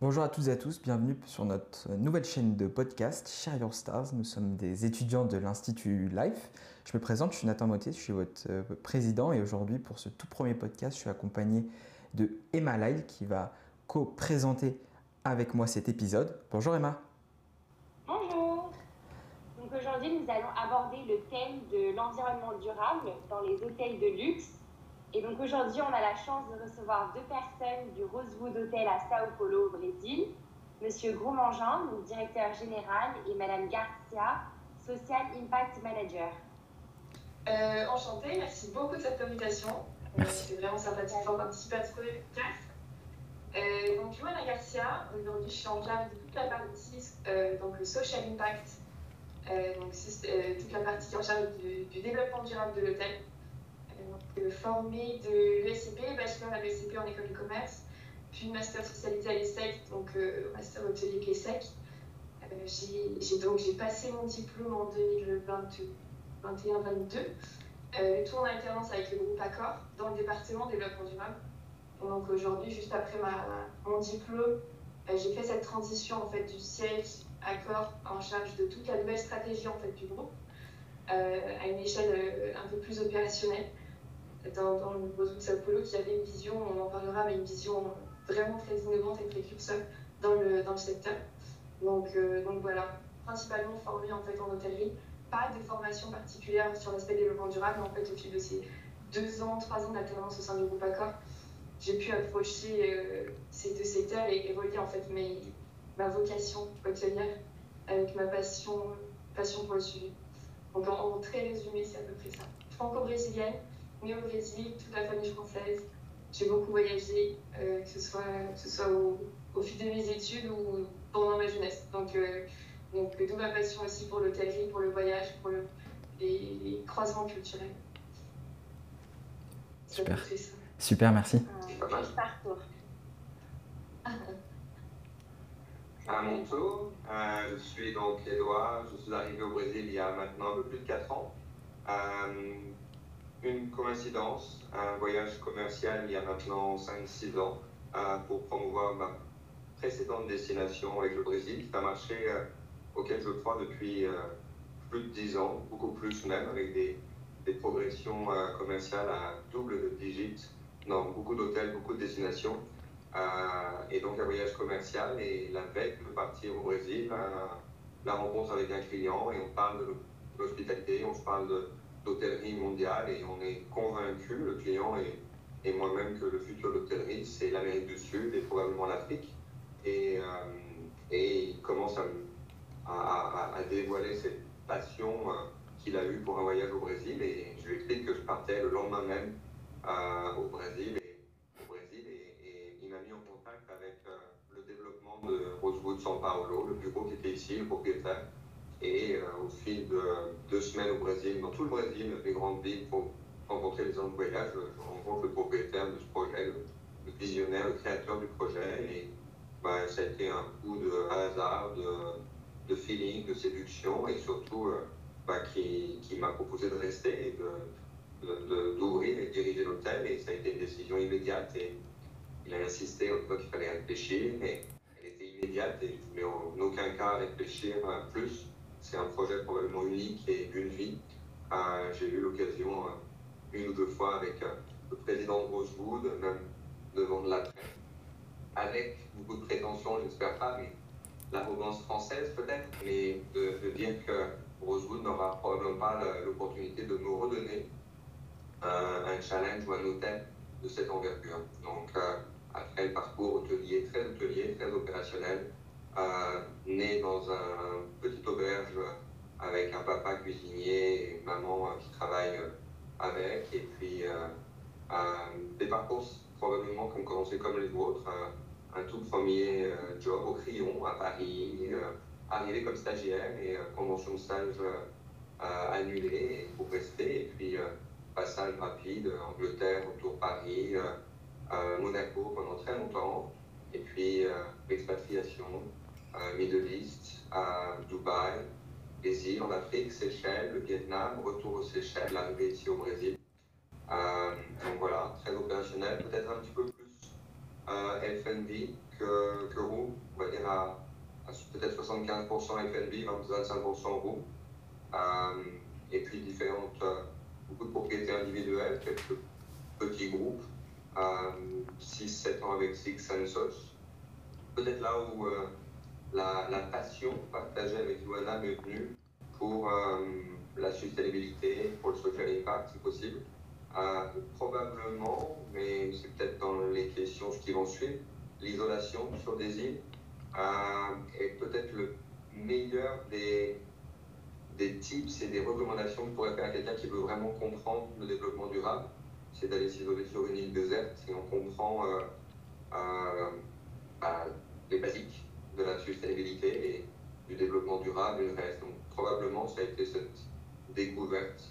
Bonjour à toutes et à tous, bienvenue sur notre nouvelle chaîne de podcast Share Your Stars. Nous sommes des étudiants de l'Institut Life. Je me présente, je suis Nathan Mottier, je suis votre président et aujourd'hui pour ce tout premier podcast, je suis accompagné de Emma Lyle qui va co-présenter avec moi cet épisode. Bonjour Emma. Bonjour. Donc aujourd'hui, nous allons aborder le thème de l'environnement durable dans les hôtels de luxe. Et donc aujourd'hui, on a la chance de recevoir deux personnes du Rosewood Hotel à Sao Paulo, au Brésil. Monsieur Grosmangean, donc directeur général, et Madame Garcia, Social Impact Manager. Enchantée, merci beaucoup de cette invitation. C'est vraiment sympathique de participer à ce podcast. Donc, Johanna Garcia, aujourd'hui je suis en charge de toute la partie donc le Social Impact, donc c'est toute la partie qui est en charge du développement durable de l'hôtel. Formée de l'ESCP, bachelor à l'ESCP en école de commerce, puis master spécialisé à l'ESSEC, donc master hôtelier de l'ESSEC. J'ai passé mon diplôme en 2021-22, tout en alternance avec le groupe Accor dans le département développement durable. Donc aujourd'hui, juste après mon diplôme, j'ai fait cette transition en fait du siège Accor en charge de toute la nouvelle stratégie en fait du groupe à une échelle un peu plus opérationnelle dans le Rosewood Sao Paulo qui avait une vision, on en parlera, mais une vision vraiment très innovante et précurseur dans le secteur. Donc voilà, principalement formée en fait en hôtellerie, pas de formation particulière sur l'aspect développement durable, mais en fait au fil de ces 3 ans d'alternance au sein du groupe Accor, j'ai pu approcher ces deux secteurs et relier en fait ma vocation hôtelière avec ma passion pour le sujet. Donc en très résumé, c'est à peu près ça. Franco-brésilienne, née au Brésil, toute la famille française. J'ai beaucoup voyagé, que ce soit au fil de mes études ou pendant ma jeunesse. Donc d'où ma passion aussi pour l'hôtellerie, pour le voyage, pour les croisements culturels. Super. Super, merci. Riche parcours. À mon tour, je suis donc Edouard, je suis arrivé au Brésil il y a maintenant un peu plus de 4 ans. Une coïncidence, un voyage commercial il y a maintenant 5-6 ans pour promouvoir ma précédente destination avec le Brésil. C'est un marché auquel je crois depuis plus de 10 ans, beaucoup plus même, avec des progressions commerciales à double digit dans beaucoup d'hôtels, beaucoup de destinations. Et donc un voyage commercial et la veille de partir au Brésil, la rencontre avec un client et on parle de l'hospitalité, on se parle d'hôtellerie mondiale et on est convaincu, le client et moi-même, que le futur de l'hôtellerie c'est l'Amérique du Sud et probablement l'Afrique. Et il commence à dévoiler cette passion qu'il a eue pour un voyage au Brésil et je lui explique que je partais le lendemain même au Brésil. Il m'a mis en contact avec le développement de Rosewood São Paulo, le bureau qui était ici, le propriétaire. Et au fil de 2 semaines au Brésil, dans tout le Brésil, les grandes villes, pour rencontrer les gens de voyage, je rencontre le propriétaire de ce projet, le visionnaire, le créateur du projet. Et ça a été un coup de hasard, de feeling, de séduction et surtout qui m'a proposé de rester et d'ouvrir et de diriger l'hôtel. Et ça a été une décision immédiate. Et il a insisté en tout cas qu'il fallait réfléchir, mais elle était immédiate et je ne voulais en aucun cas réfléchir plus. C'est un projet probablement unique et d'une vie. J'ai eu l'occasion 1 ou 2 fois avec le président de Rosewood, même devant de la presse, avec beaucoup de prétention, j'espère pas, mais l'arrogance française peut-être, mais de dire que Rosewood n'aura probablement pas l'opportunité de nous redonner un challenge ou un hôtel de cette envergure. Donc, après le parcours hôtelier, très opérationnel, né dans un petit auberge avec un papa cuisinier et une maman qui travaille avec, et puis des parcours probablement qui ont commencé comme les vôtres, un tout premier job au Crillon à Paris, arrivé comme stagiaire et convention de stage annulée pour rester, et puis passage rapide, Angleterre, retour Paris, Monaco pendant très longtemps, et puis expatriation, Middle East, Dubaï, les îles en Afrique, Seychelles, le Vietnam, retour aux Seychelles, l'arrivée ici au Brésil. Donc voilà, très opérationnel, peut-être un petit peu plus F&B que vous, ouvert à peut-être 75% F&B, 25% room. Et puis beaucoup de propriétés individuelles, quelques petits groupes, 6-7 ans avec Six Senses. Peut-être là où la passion partagée avec Luana m'est venue pour la sustainabilité, pour le social impact si possible. Probablement, mais c'est peut-être dans les questions qui vont suivre, l'isolation sur des îles est peut-être le meilleur des tips et des recommandations que pourrait faire quelqu'un qui veut vraiment comprendre le développement durable. C'est d'aller s'isoler sur une île déserte et on comprend les basiques de la sustainabilité et du développement durable et le reste. Donc probablement ça a été cette découverte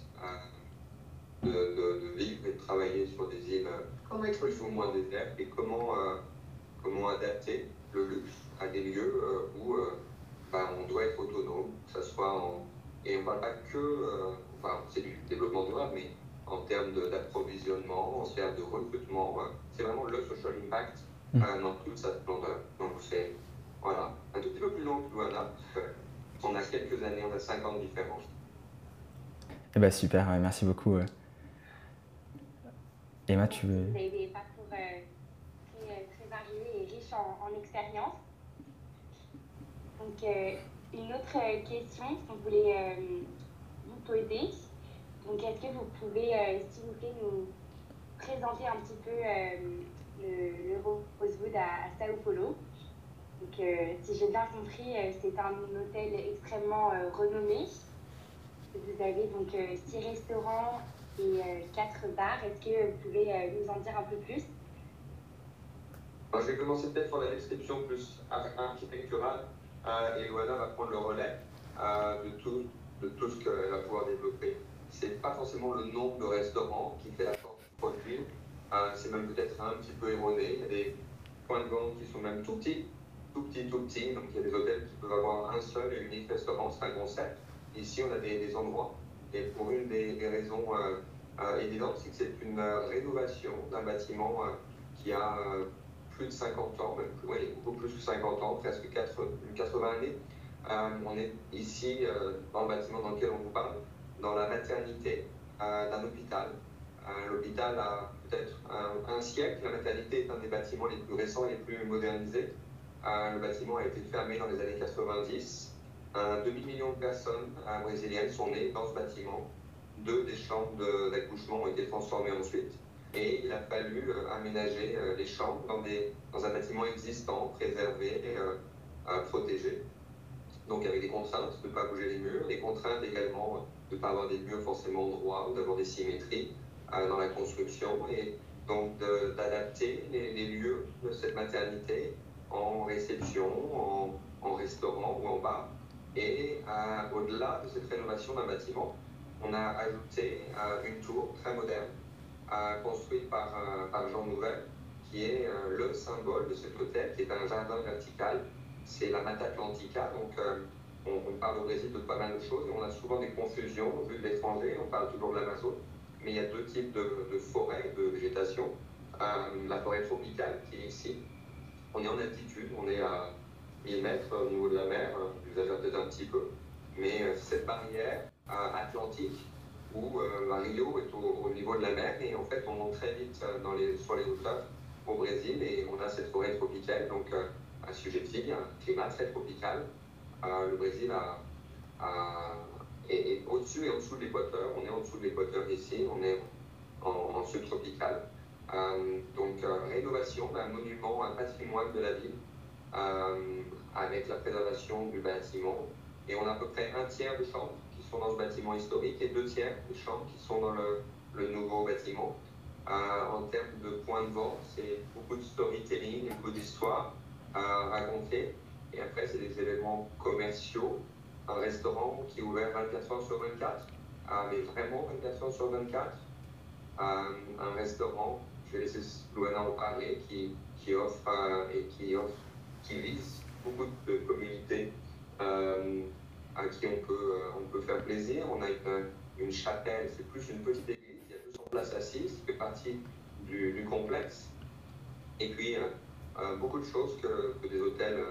de vivre et de travailler sur des îles plus ou moins désertes et comment adapter le luxe à des lieux où on doit être autonome, que ce soit et on ne parle pas que, c'est du développement durable, mais en termes d'approvisionnement, en termes de recrutement, c'est vraiment le social impact dans toute sa splendeur. Donc c'est un tout petit peu plus long que Luana, parce qu'on a quelques années, on a 5 ans de différence. Eh ben super, merci beaucoup. Emma, tu veux... Vous avez des parcours très variés et riches en expérience. Donc, une autre question qu'on voulait vous poser. Donc, est-ce que vous pouvez, s'il vous plaît, nous présenter un petit peu le Rosewood à Sao Paulo? Donc, si j'ai bien compris, c'est un hôtel extrêmement renommé. Vous avez donc 6 restaurants et 4 bars. Est-ce que vous pouvez nous en dire un peu plus? Alors, je vais commencer peut-être par la description plus architecturale et Luana va prendre le relais de tout ce qu'elle va pouvoir développer. C'est pas forcément le nombre de restaurants qui fait la force du produit, c'est même peut-être un petit peu erroné. Il y a des points de vente qui sont même tout petits. Donc il y a des hôtels qui peuvent avoir un seul et unique restaurant, c'est un concept. Ici, on a des endroits. Et pour une des raisons évidentes, c'est que c'est une rénovation d'un bâtiment qui a plus de 50 ans, beaucoup plus de 50 ans, presque 80 années. On est ici dans le bâtiment dans lequel on vous parle, dans la maternité d'un hôpital. L'hôpital a peut-être un siècle. La maternité est un des bâtiments les plus récents et les plus modernisés. Le bâtiment a été fermé dans les années 90. Un demi-million de personnes brésiliennes sont nées dans ce bâtiment. 2 des chambres d'accouchement ont été transformées ensuite. Et il a fallu aménager les chambres dans un bâtiment existant, préservé, protégé. Donc avec des contraintes de ne pas bouger les murs, des contraintes également de ne pas avoir des murs forcément droits ou d'avoir des symétries dans la construction. Et donc d'adapter les lieux de cette maternité en réception, en restaurant ou en bar. Et au-delà de cette rénovation d'un bâtiment, on a ajouté une tour très moderne, construite par Jean Nouvel, qui est le symbole de cet hôtel, qui est un jardin vertical. C'est la Mata Atlantica, donc on parle au Brésil de pas mal de choses, et on a souvent des confusions vu de l'étranger, on parle toujours de l'Amazon, mais il y a 2 types de forêts, de végétation. La forêt tropicale qui est ici, on est en altitude, on est à 1000 mètres au niveau de la mer, vous exagérez peut-être un petit peu, mais cette barrière atlantique où Rio est au niveau de la mer et en fait on monte très vite sur les hauteurs au Brésil et on a cette forêt tropicale, donc assujettie, un climat très tropical. Le Brésil est au-dessus et en dessous de l'équateur, on est en dessous de l'équateur ici, on est en subtropical. Donc rénovation d'un monument, un patrimoine de la ville avec la préservation du bâtiment. Et on a à peu près 1/3 des chambres qui sont dans ce bâtiment historique et 2/3 des chambres qui sont dans le nouveau bâtiment. En termes de points de vente, c'est beaucoup de storytelling, beaucoup d'histoires à raconter. Et après, c'est des événements commerciaux. Un restaurant qui est ouvert 24 heures sur 24, mais vraiment 24 heures sur 24. Un restaurant, je vais laisser Luana en parler, qui offre qui vise beaucoup de communautés à qui on peut faire plaisir. On a une chapelle, c'est plus une petite église, il y a 200 places assises, qui fait partie du complexe. Et puis, beaucoup de choses que des hôtels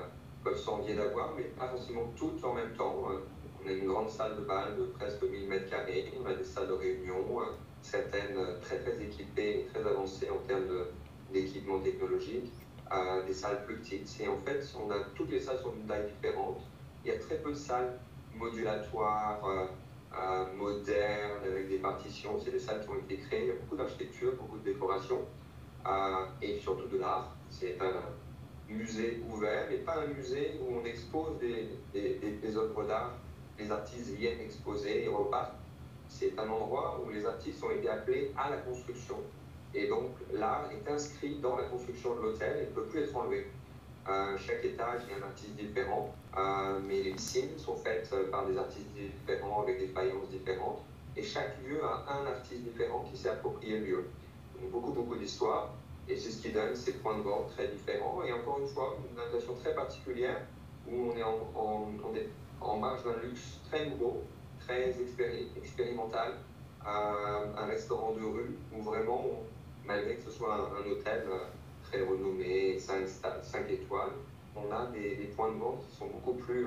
peuvent s'envier d'avoir, mais pas forcément toutes en même temps. On a une grande salle de bal de presque 1000 mètres carrés, on a des salles de réunion, certaines très très équipées et très avancées en termes d'équipement technologique, des salles plus petites. Et en fait, toutes les salles sont d'une taille différente. Il y a très peu de salles modulatoires, modernes, avec des partitions. C'est des salles qui ont été créées. Il y a beaucoup d'architecture, beaucoup de décoration et surtout de l'art. C'est un musée ouvert, mais pas un musée où on expose des œuvres d'art. Les artistes viennent exposer et repartent. C'est un endroit où les artistes ont été appelés à la construction. Et donc l'art est inscrit dans la construction de l'hôtel et ne peut plus être enlevé. Chaque étage, il y a un artiste différent, mais les piscines sont faites par des artistes différents avec des faïences différentes. Et chaque lieu a un artiste différent qui s'est approprié le lieu. Donc beaucoup d'histoires. Et c'est ce qui donne ces points de vente très différents. Et encore une fois, une impression très particulière où on est en marge d'un luxe très nouveau, très expérimental, un restaurant de rue où vraiment, malgré que ce soit un hôtel très renommé, 5 étoiles, on a des points de vente qui sont beaucoup plus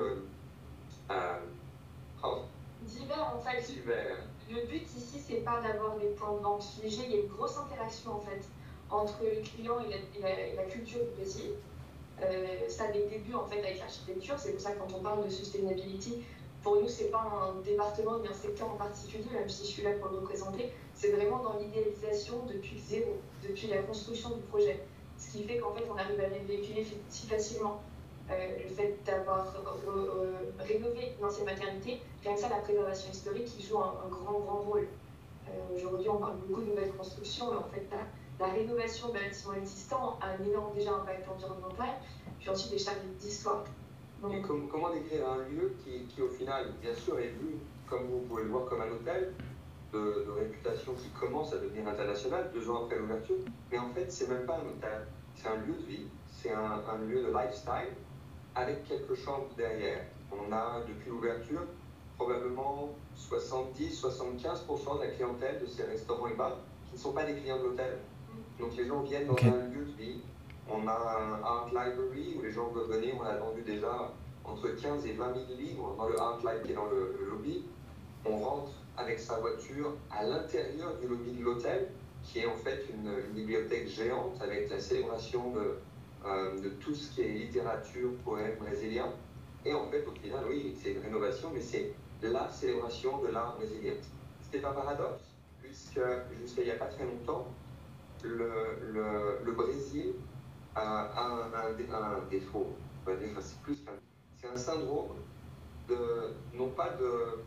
divers en fait. Divers. Le but ici, c'est pas d'avoir des points de vente figés, il y a une grosse interaction en fait entre le client et la culture du Brésil. Ça a des débuts en fait avec l'architecture, c'est pour ça que quand on parle de sustainability, pour nous c'est pas un département ni un secteur en particulier, même si je suis là pour le représenter, c'est vraiment dans l'idéalisation depuis zéro, depuis la construction du projet. Ce qui fait qu'en fait on arrive à les véhiculer si facilement. Le fait d'avoir rénové une ancienne maternité, rien que ça, la préservation historique qui joue un grand rôle. Aujourd'hui on parle beaucoup de nouvelles constructions, mais en fait la rénovation d'un bâtiment existant a un énorme déjà impact environnemental, puis ensuite des charges d'histoire. Et comment décrire un lieu qui au final, bien sûr, est vu, comme vous pouvez le voir, comme un hôtel de réputation qui commence à devenir international 2 ans après l'ouverture, mais en fait, c'est même pas un hôtel, c'est un lieu de vie, c'est un lieu de lifestyle avec quelques chambres derrière. On a, depuis l'ouverture, probablement 70-75% de la clientèle de ces restaurants et bars qui ne sont pas des clients de l'hôtel. Donc les gens viennent dans un lieu de vie. On a un art library où les gens peuvent venir. On a vendu déjà entre 15 et 20 000 livres dans le art library qui est dans le lobby. On rentre avec sa voiture à l'intérieur du lobby de l'hôtel, qui est en fait une bibliothèque géante avec la célébration de tout ce qui est littérature, poème brésilien. Et en fait, au final, oui, c'est une rénovation, mais c'est la célébration de l'art brésilien. C'était un paradoxe, puisque jusqu'à il n'y a pas très longtemps, le Brésil a un défaut, on va dire, c'est plus qu'un, c'est un syndrome non pas de,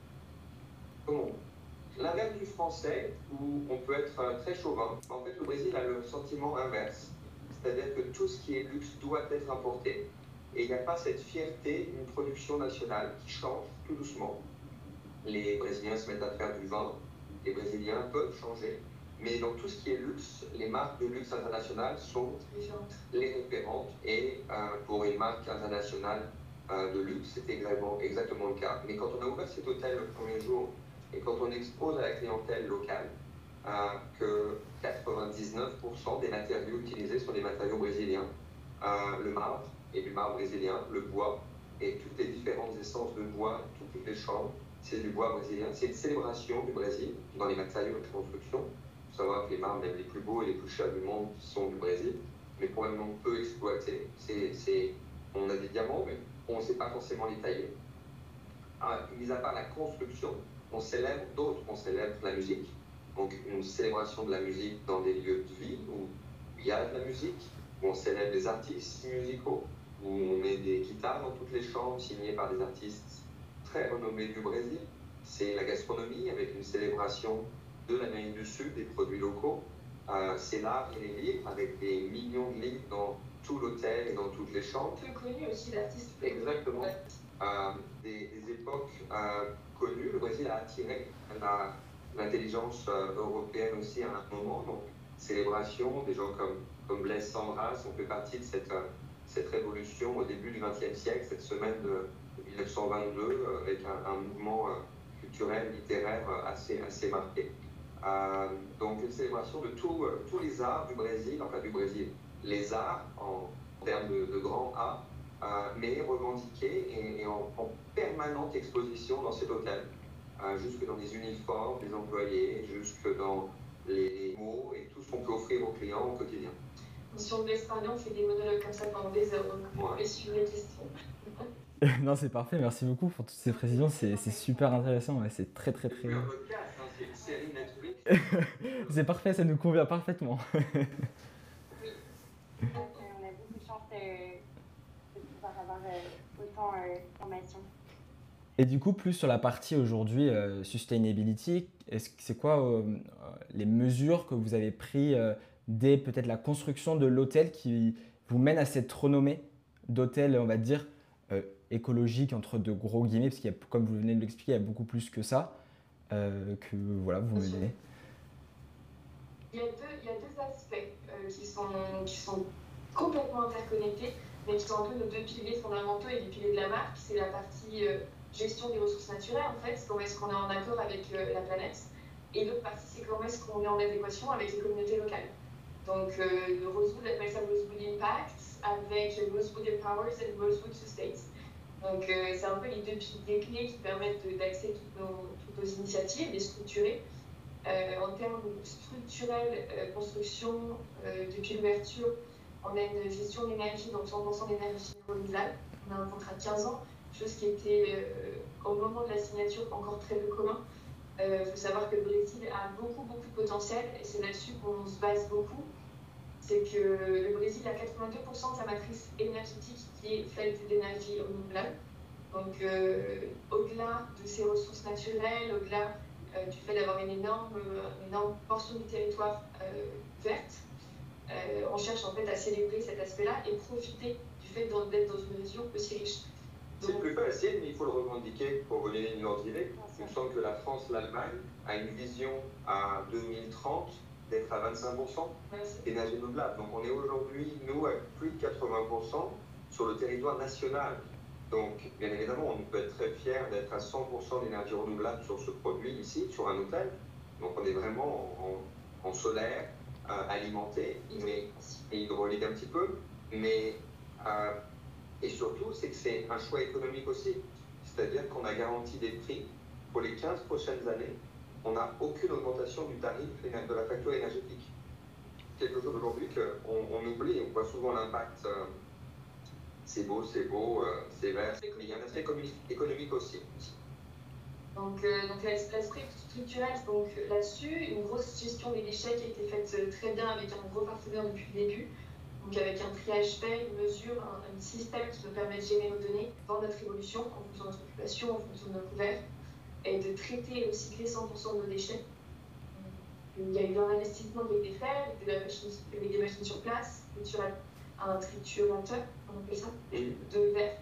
l'inverse du français où on peut être très chauvin. En fait, le Brésil a le sentiment inverse, c'est-à-dire que tout ce qui est luxe doit être importé. Et il n'y a pas cette fierté d'une production nationale qui change tout doucement. Les Brésiliens se mettent à faire du vin, les Brésiliens peuvent changer. Mais dans tout ce qui est luxe, les marques de luxe internationales sont les référentes. Et pour une marque internationale de luxe, c'était exactement le cas. Mais quand on a ouvert cet hôtel le premier jour, et quand on expose à la clientèle locale que 99% des matériaux utilisés sont des matériaux brésiliens, le marbre et du marbre brésilien, le bois et toutes les différentes essences de bois, toutes les chambres, c'est du bois brésilien. C'est une célébration du Brésil dans les matériaux de construction. Il faut savoir que les marbres même les plus beaux et les plus chers du monde sont du Brésil, mais probablement peu exploités. On a des diamants, mais on ne sait pas forcément les tailler. Mis à part la construction, on célèbre d'autres. On célèbre la musique, donc une célébration de la musique dans des lieux de vie où il y a de la musique, où on célèbre les artistes musicaux, où on met des guitares dans toutes les chambres signées par des artistes très renommés du Brésil. C'est la gastronomie avec une célébration de l'Amérique du Sud, des produits locaux. C'est l'art et les livres avec des millions de livres dans tout l'hôtel et dans toutes les chambres. Peu connu aussi d'artistes. Exactement. Des époques connues. Le Brésil a attiré l'intelligence européenne aussi à un moment. Donc, célébration, des gens comme Blaise Sandras ont fait partie de cette révolution au début du XXe siècle, cette semaine de 1922, avec un mouvement culturel, littéraire assez marqué. Donc une célébration de tous les arts du Brésil, enfin du Brésil, les arts en termes de grands A, mais revendiquée et en permanente exposition dans cet hôtel, jusque dans les uniformes des employés, jusque dans les mots et tout ce qu'on peut offrir aux clients au quotidien. Si on me laisse parler, on fait des monologues comme ça pendant des heures, donc on peut suivre les questions. Non, c'est parfait, merci beaucoup pour toutes ces précisions, c'est super intéressant, ouais, c'est très. C'est plus un podcast, hein, c'est une série Netflix. C'est parfait, ça nous convient parfaitement. Oui, donc, on a beaucoup de chance de pouvoir avoir autant d'informations. Et du coup, plus sur la partie aujourd'hui sustainability, c'est quoi les mesures que vous avez prises dès peut-être la construction de l'hôtel qui vous mène à cette renommée d'hôtel, on va dire, écologique entre de gros guillemets, parce qu'il y a, comme vous venez de l'expliquer, il y a beaucoup plus que ça, que voilà, vous menez. Il y a deux aspects qui sont complètement interconnectés, mais qui sont un peu nos deux piliers fondamentaux et les piliers de la marque. C'est la partie gestion des ressources naturelles, en fait, comment est-ce qu'on est en accord avec la planète. Et l'autre partie, c'est comment est-ce qu'on est en adéquation avec les communautés locales. Donc, Rosewood appelle ça Rosewood Impact, avec Rosewood Empowers et Rosewood Sustains. Donc, c'est un peu les deux piliers clés qui permettent d'axer toutes nos initiatives, les structurer. En termes structurels, construction, depuis l'ouverture, on a une gestion d'énergie, donc 100% d'énergie renouvelable. On a un contrat de 15 ans, chose qui était au moment de la signature encore très peu commun. Il faut savoir que le Brésil a beaucoup de potentiel et c'est là-dessus qu'on se base beaucoup. C'est que le Brésil a 82% de sa matrice énergétique qui est faite d'énergie renouvelable. Donc au-delà de ses ressources naturelles, au-delà du fait d'avoir une énorme portion du territoire verte, on cherche en fait à célébrer cet aspect-là et profiter du fait d'être dans une région aussi riche. C'est plus facile, mais il faut le revendiquer pour vous donner une ordre d'idée. Il me semble que la France, l'Allemagne, a une vision à 2030 d'être à 25% d'énergie renouvelable. Donc on est aujourd'hui, nous, à plus de 80% sur le territoire national. Donc bien évidemment, on peut être très fier d'être à 100% d'énergie renouvelable sur ce produit ici, sur un hôtel. Donc on est vraiment en solaire, alimenté, mais hydraulique un petit peu. Mais et surtout, c'est que c'est un choix économique aussi. C'est-à-dire qu'on a garanti des prix pour les 15 prochaines années. On n'a aucune augmentation du tarif de la facture énergétique. Quelque chose aujourd'hui qu'on oublie. On voit souvent l'impact. C'est beau, c'est vert. Mais il y a un aspect économique aussi. Donc l'aspect structurel, donc là-dessus, une grosse gestion des déchets qui a été faite très bien avec un gros partenaire depuis le début. Donc avec un triage fait, une mesure, un système qui nous permet de gérer nos données dans notre évolution, en fonction de notre occupation, en fonction de nos couverts, et de traiter et recycler 100% de nos déchets. Il y a eu un investissement qui a été fait, avec des machines sur place, un triturateur, on appelle ça, de verre.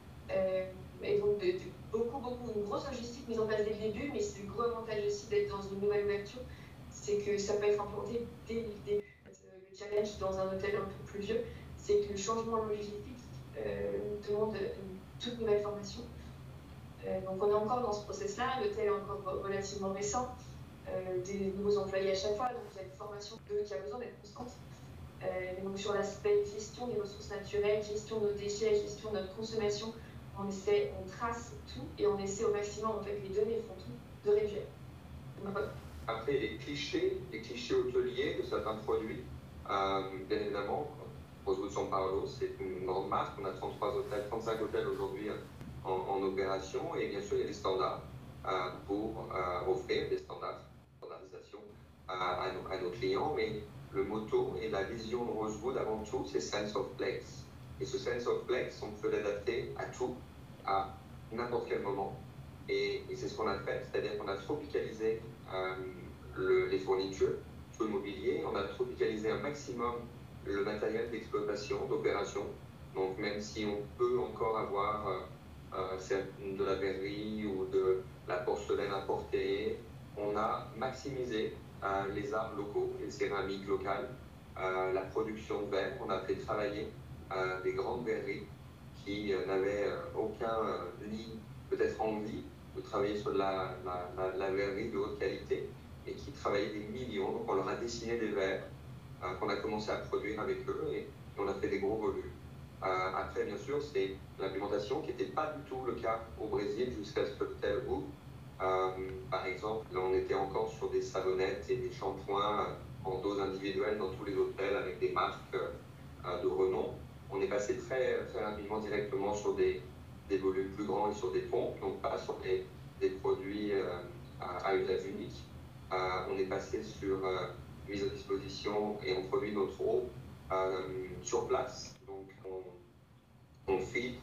Et donc une grosse logistique mise en place dès le début, mais c'est le gros avantage aussi d'être dans une nouvelle ouverture, c'est que ça peut être implanté dès le début. Le challenge dans un hôtel un peu plus vieux, c'est que le changement logistique demande une toute nouvelle formation. Donc on est encore dans ce process-là, l'hôtel est encore relativement récent, des nouveaux employés à chaque fois, donc il y a une formation qui a besoin d'être constante. Donc sur l'aspect gestion des ressources naturelles, gestion de nos déchets, gestion de notre consommation, on trace tout et on essaie au maximum, en fait les données font tout, de réduire. Après les clichés hôteliers de certains produits, bien évidemment, Rosewood São Paulo, c'est une grande marque, on a 35 hôtels aujourd'hui en opération et bien sûr il y a des standards pour offrir des standardisations à nos clients, mais le motto et la vision de Rosewood avant tout, c'est Sense of Place. Et ce Sense of Place, on peut l'adapter à tout, à n'importe quel moment. Et c'est ce qu'on a fait, c'est-à-dire qu'on a tropicalisé les fournitures, tout le mobilier, on a tropicalisé un maximum le matériel d'exploitation, d'opération. Donc même si on peut encore avoir de la verrerie ou de la porcelaine importée, on a maximisé les arts locaux, les céramiques locales, la production de verre. On a fait travailler des grandes verreries qui n'avaient ni peut-être envie de travailler sur la verrerie de haute qualité et qui travaillaient des millions. Donc on leur a dessiné des verres qu'on a commencé à produire avec eux et on a fait des gros volumes. Après, bien sûr, c'est l'implémentation qui n'était pas du tout le cas au Brésil jusqu'à ce que l'hôtel ouvre. Par exemple, là, on était encore sur des savonnettes et des shampoings en dose individuelle dans tous les hôtels avec des marques de renom. On est passé très, très rapidement directement sur des volumes plus grands et sur des pompes, donc pas sur des produits à usage unique. On est passé sur mise à disposition et on produit notre eau sur place. Donc on filtre,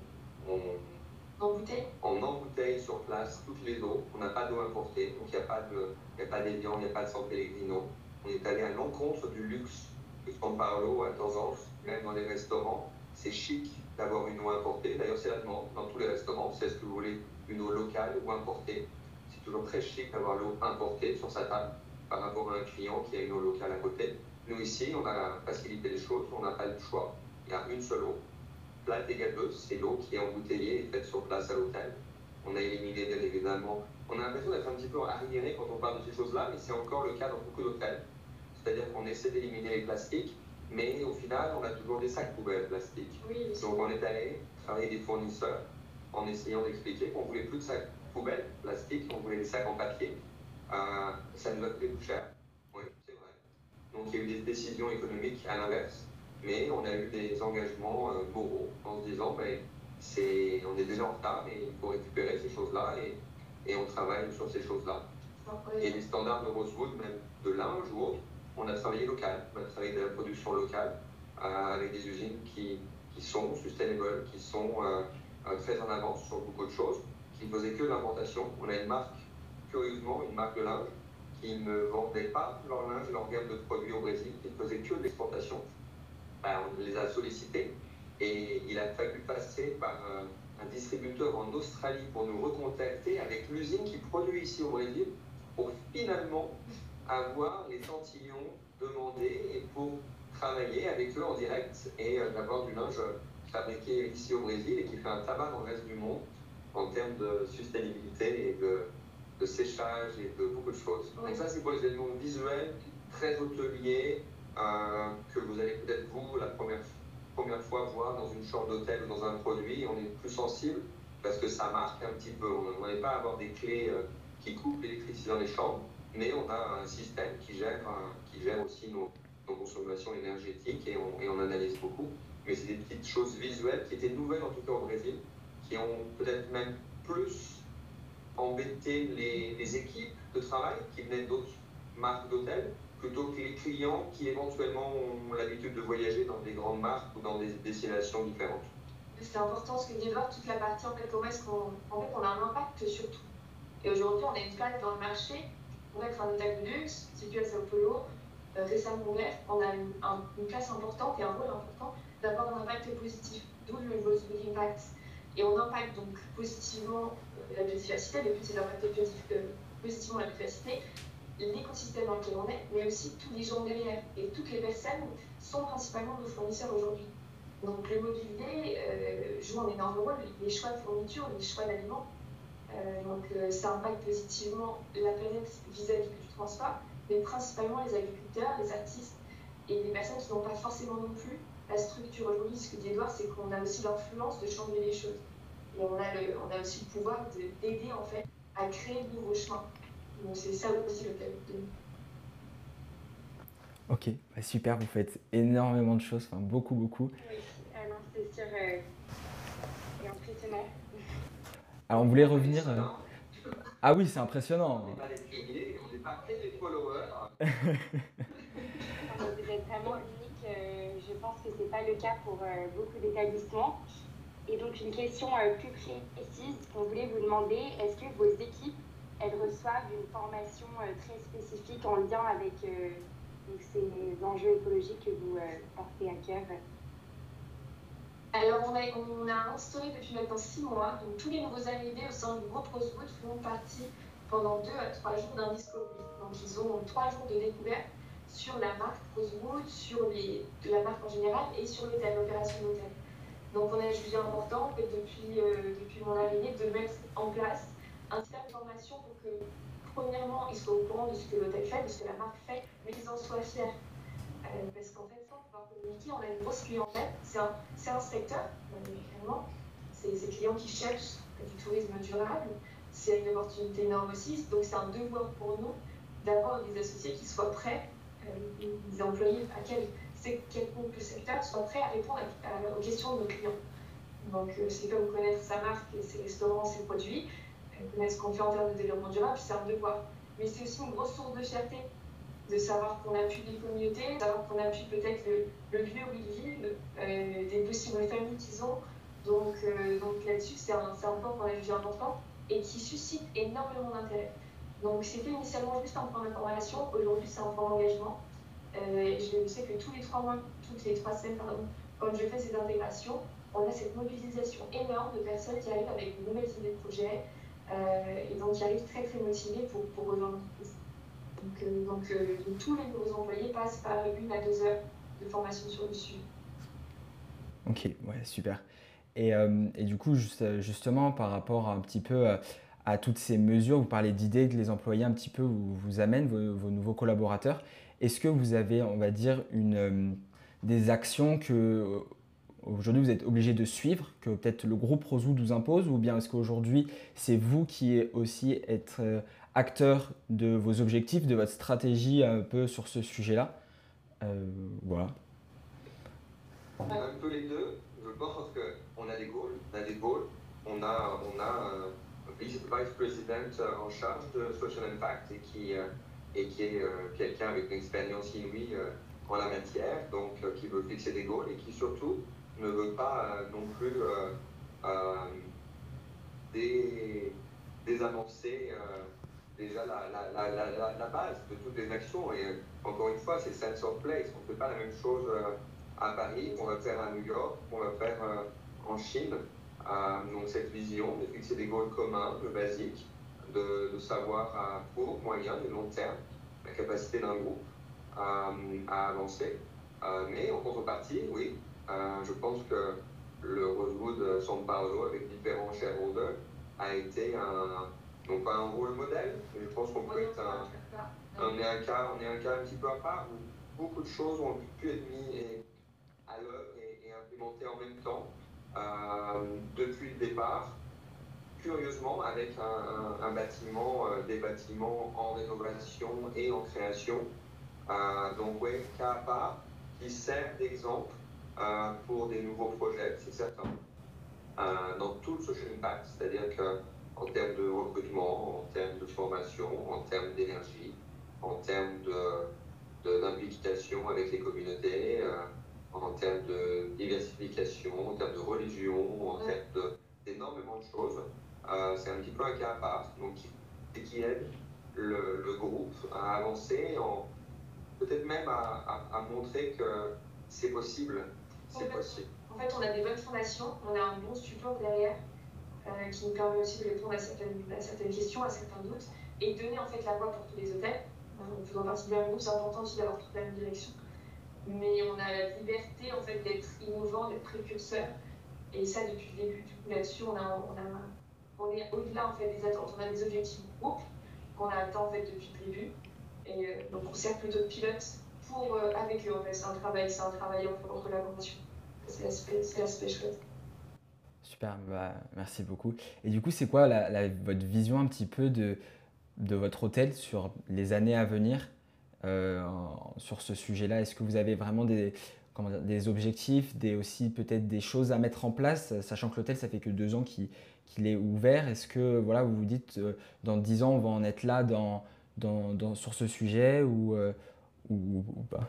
on embouteille sur place toutes les eaux. On n'a pas d'eau importée, donc il n'y a pas d'Evian, il n'y a pas de San Pellegrino. On est allé à l'encontre du luxe de San Paolo à tendance, même dans les restaurants. C'est chic d'avoir une eau importée. D'ailleurs, c'est la demande dans tous les restaurants. C'est est-ce que vous voulez une eau locale ou importée? C'est toujours très chic d'avoir l'eau importée sur sa table par rapport à un client qui a une eau locale à côté. Nous, ici, on a facilité les choses, on n'a pas le choix. Il y a une seule eau. Plate et gazeuse, c'est l'eau qui est embouteillée et faite sur place à l'hôtel. On a éliminé, bien évidemment. On a l'impression d'être un petit peu arriéré quand on parle de ces choses-là, mais c'est encore le cas dans beaucoup d'hôtels. C'est-à-dire qu'on essaie d'éliminer les plastiques, mais au final, on a toujours des sacs poubelles plastiques. Oui, donc on est allé travailler des fournisseurs en essayant d'expliquer qu'on ne voulait plus de sacs poubelles plastiques, on voulait des sacs en papier. Ça nous a coûté plus cher. Oui, c'est vrai. Donc il y a eu des décisions économiques à l'inverse, mais on a eu des engagements moraux en se disant on est déjà en retard et il faut récupérer ces choses-là et on travaille sur ces choses-là. Et les standards de Rosewood, même de linge ou autre, on a travaillé local, on a travaillé de la production locale avec des usines qui sont sustainable, qui sont très en avance sur beaucoup de choses, qui ne faisaient que l'importation. On a une marque, curieusement, une marque de linge qui ne vendait pas leur linge, leur gamme de produits au Brésil, qui ne faisait que de l'exportation. On les a sollicités et il a fallu passer par un distributeur en Australie pour nous recontacter avec l'usine qui produit ici au Brésil pour finalement avoir l'échantillon demandé et pour travailler avec eux en direct et d'avoir du linge fabriqué ici au Brésil et qui fait un tabac dans le reste du monde en termes de sustainabilité et de séchage et de beaucoup de choses. Donc ça, c'est pour les éléments visuels, très hôteliers, que vous allez peut-être vous, la première fois, voir dans une chambre d'hôtel ou dans un produit. On est plus sensible parce que ça marque un petit peu. On n'est pas à avoir des clés qui coupent l'électricité dans les chambres, mais on a un système qui gère aussi nos consommations énergétiques et on analyse beaucoup. Mais c'est des petites choses visuelles qui étaient nouvelles en tout cas au Brésil, qui ont peut-être même plus embêté les équipes de travail qui venaient d'autres marques d'hôtels plutôt que les clients qui éventuellement ont l'habitude de voyager dans des grandes marques ou dans des destinations différentes. C'est important ce que dit Edouard, toute la partie en fait, comment est-ce qu'on a un impact sur tout. Et aujourd'hui, on a une place dans le marché, on va être un hôtel de luxe, situé à Sao Paulo, récemment ouvert, on a une place importante et un rôle important d'avoir un impact positif, d'où le Rosewood Impact. Et on impacte donc positivement la biodiversité, le but c'est d'impacter positivement la biodiversité, l'écosystème dans lequel on est, mais aussi tous les gens derrière. Et toutes les personnes sont principalement nos fournisseurs aujourd'hui. Donc le mobilier joue un énorme rôle, les choix de fourniture, les choix d'aliments. Ça impacte positivement la planète vis-à-vis du transport, mais principalement les agriculteurs, les artistes et les personnes qui n'ont pas forcément non plus la structure. Aujourd'hui, ce que dit Edouard, c'est qu'on a aussi l'influence de changer les choses. Et on a aussi le pouvoir d'aider en fait à créer de nouveaux chemins. Donc c'est ça aussi le thème de nous. Ok, super, vous faites énormément de choses, enfin beaucoup. Oui, non, c'est sûr, c'est impressionnant. Alors on voulait revenir... Ah oui, c'est impressionnant. On n'est pas des pionniers, on n'est pas des followers. Vous êtes vraiment unique, je pense que ce n'est pas le cas pour beaucoup d'établissements. Et donc une question plus précise, on voulait vous demander, est-ce que vos équipes, elles reçoivent une formation très spécifique en lien avec donc ces enjeux écologiques que vous portez à cœur? Alors, on a instauré depuis maintenant 6 mois, donc tous les nouveaux arrivés au sein du groupe Rosewood font partie pendant 2 à 3 jours d'un discovery. Donc, ils ont 3 jours de découverte sur la marque Rosewood, sur la marque en général et sur l'opération de l'hôtel. Donc, on a jugé important, en fait, depuis mon arrivée, de mettre en place un système de formation pour que, premièrement, ils soient au courant de ce que l'hôtel fait, de ce que la marque fait, mais qu'ils en soient fiers. Parce qu'en fait, sans pouvoir communiquer. On a une grosse clientèle. C'est un secteur, réellement. C'est ces clients qui cherchent du tourisme durable. C'est une opportunité énorme aussi. Donc c'est un devoir pour nous d'avoir des associés qui soient prêts, des employés à quelconque secteur, soient prêts à répondre aux questions de nos clients. Donc c'est comme connaître sa marque, ses restaurants, ses produits, connaître ce qu'on fait en termes de développement durable, c'est un devoir. Mais c'est aussi une grosse source de fierté de savoir qu'on appuie des communautés, de savoir qu'on appuie peut-être le lieu où ils vivent, des possibles familles qu'ils ont. Donc là-dessus, c'est un point qu'on a vu important et qui suscite énormément d'intérêt. Donc c'était initialement juste un point d'information, aujourd'hui c'est un point d'engagement. Je sais que toutes les 3 semaines, quand je fais ces intégrations, on a cette mobilisation énorme de personnes qui arrivent avec de nouvelles idées de projet et donc qui arrivent très très motivées pour rejoindre l'entreprise. Donc tous les nouveaux employés passent par 1 à 2 heures de formation sur le suivi. Ok, ouais, super. Et du coup, justement, par rapport un petit peu à toutes ces mesures, vous parlez d'idées que les employés un petit peu vous amènent, vos nouveaux collaborateurs. Est-ce que vous avez, on va dire, des actions que aujourd'hui vous êtes obligé de suivre, que peut-être le groupe Rosewood vous impose, ou bien est-ce qu'aujourd'hui c'est vous qui aussi être acteur de vos objectifs, de votre stratégie un peu sur ce sujet-là? Voilà. Un peu les deux. Je pense qu'on a des goals. On a un vice-président en charge de Social Impact et qui est quelqu'un avec une expérience inouïe en la matière, donc qui veut fixer des goals et qui surtout ne veut pas non plus désannoncer déjà la base de toutes les actions. Et encore une fois, c'est sense of place. On ne fait pas la même chose à Paris, on va faire à New York, on va faire en Chine. Donc cette vision de fixer des goals communs, le basique, de savoir à court, moyen et long terme la capacité d'un groupe à avancer. Mais en contrepartie, oui, je pense que le Rosewood São Paulo avec différents shareholders a été non pas un rôle modèle, mais je pense qu'on peut être on est un cas un petit peu à part où beaucoup de choses ont pu être mises à l'œuvre et implémentées en même temps depuis le départ. Curieusement, avec des bâtiments en rénovation et en création. Donc oui, cas à part, qui sert d'exemple pour des nouveaux projets, c'est certain. Dans tout le social impact, c'est-à-dire qu'en termes de recrutement, en termes de formation, en termes d'énergie, en termes d'implication avec les communautés, en termes de diversification, en termes de religion, en termes d'énormément de choses. C'est un petit peu un cas à part, donc qui aide le groupe à avancer, peut-être même à montrer que c'est possible. C'est possible. En fait, on a des bonnes fondations, on a un bon support derrière qui nous permet aussi de répondre à certaines questions, à certains doutes, et donner en fait la voie pour tous les hôtels. En faisant partie du même groupe, c'est important aussi d'avoir toute la même direction. Mais on a la liberté en fait d'être innovant, d'être précurseur, et ça depuis le début. Du coup, là-dessus, on est au-delà en fait des attentes. On a des objectifs groupe qu'on a atteints en fait depuis le début, et donc on sert plutôt de pilote avec eux. En fait, c'est un travail en collaboration. C'est l'aspect chouette. Super, merci beaucoup. Et du coup, c'est quoi votre vision un petit peu de votre hôtel sur les années à venir sur ce sujet-là? Est-ce que vous avez vraiment des objectifs, aussi peut-être des choses à mettre en place, sachant que l'hôtel, ça fait que 2 ans qu'il est ouvert? Est-ce que voilà, vous vous dites dans 10 ans, on va en être là sur ce sujet ou pas?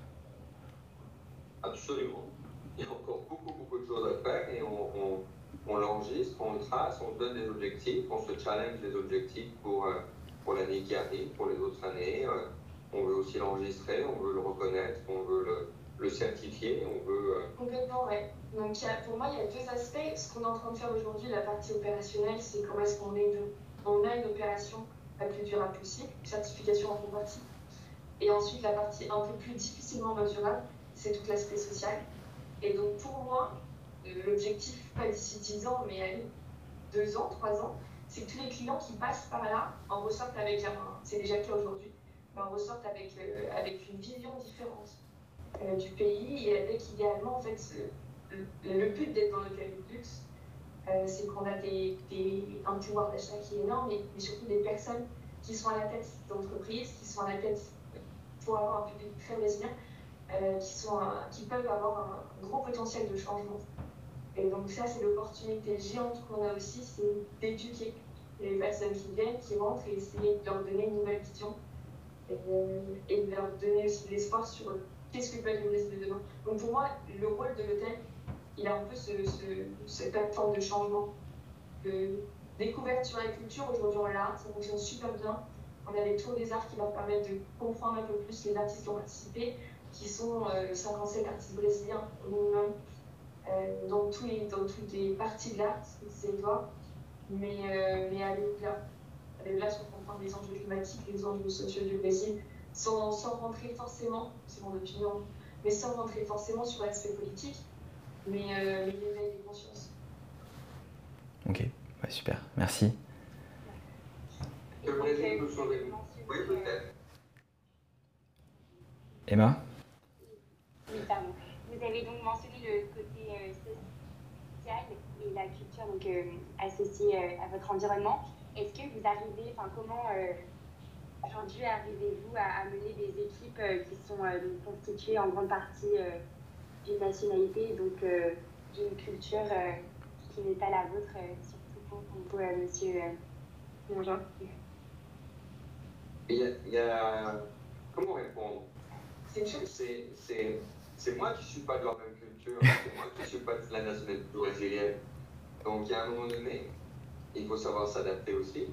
Absolument. Il y a encore beaucoup de choses à faire et on l'enregistre, on le trace, on se donne des objectifs, on se challenge des objectifs pour l'année qui arrive, pour les autres années. On veut aussi l'enregistrer, on veut le reconnaître, on veut le certifier, on veut... Complètement, ouais. Donc pour moi, il y a 2 aspects. Ce qu'on est en train de faire aujourd'hui, la partie opérationnelle, c'est comment est-ce qu'on a une opération la plus durable possible, certification en partie. Et ensuite, la partie un peu plus difficilement mesurable, c'est tout l'aspect social. Et donc pour moi, l'objectif, pas d'ici 10 ans, mais allez, 2 ans, 3 ans, c'est que tous les clients qui passent par là en ressortent avec c'est déjà le cas aujourd'hui, mais en ressortent avec une vision différente du pays et avec idéalement en fait le but d'être dans l'hôtel de luxe, c'est qu'on a un pouvoir d'achat qui est énorme et surtout des personnes qui sont à la tête d'entreprises, qui sont à la tête pour avoir un public très résilient, qui peuvent avoir un gros potentiel de changement. Et donc ça, c'est l'opportunité géante qu'on a aussi, c'est d'éduquer les personnes qui viennent, qui rentrent et essayer de leur donner une nouvelle vision et de leur donner aussi de l'espoir sur qu'est-ce que peut être le Brésil de demain. Donc pour moi, le rôle de l'hôtel, il a un peu cette plateforme de changement, de découverte sur la culture. Aujourd'hui, on l'a, ça fonctionne super bien. On a les tours des arts qui leur permettent de comprendre un peu plus les artistes qui ont participé, qui sont 57 artistes brésiliens au minimum, dans toutes les parties de l'art, c'est toi. Mais aller au-delà sur comprendre les enjeux climatiques, les enjeux sociaux du Brésil, sans rentrer forcément, c'est mon opinion, mais sans rentrer forcément sur l'aspect politique, mais l'éveil des consciences. Ok, ouais, super, merci. Le Brésil peut sauver. Oui, peut-être. Emma? Oui, pardon. Vous avez donc mentionné le côté social et la culture donc, associée à votre environnement. Est-ce que vous arrivez, comment aujourd'hui arrivez-vous à mener des équipes qui sont donc constituées en grande partie d'une nationalité, donc d'une culture qui n'est pas la vôtre, surtout pour vous, monsieur Mongeant? Il y a... Comment répondre? C'est moi qui ne suis pas de leur même culture, c'est moi qui ne suis pas de la nationalité brésilienne. Donc, il y a un moment donné, il faut savoir s'adapter aussi.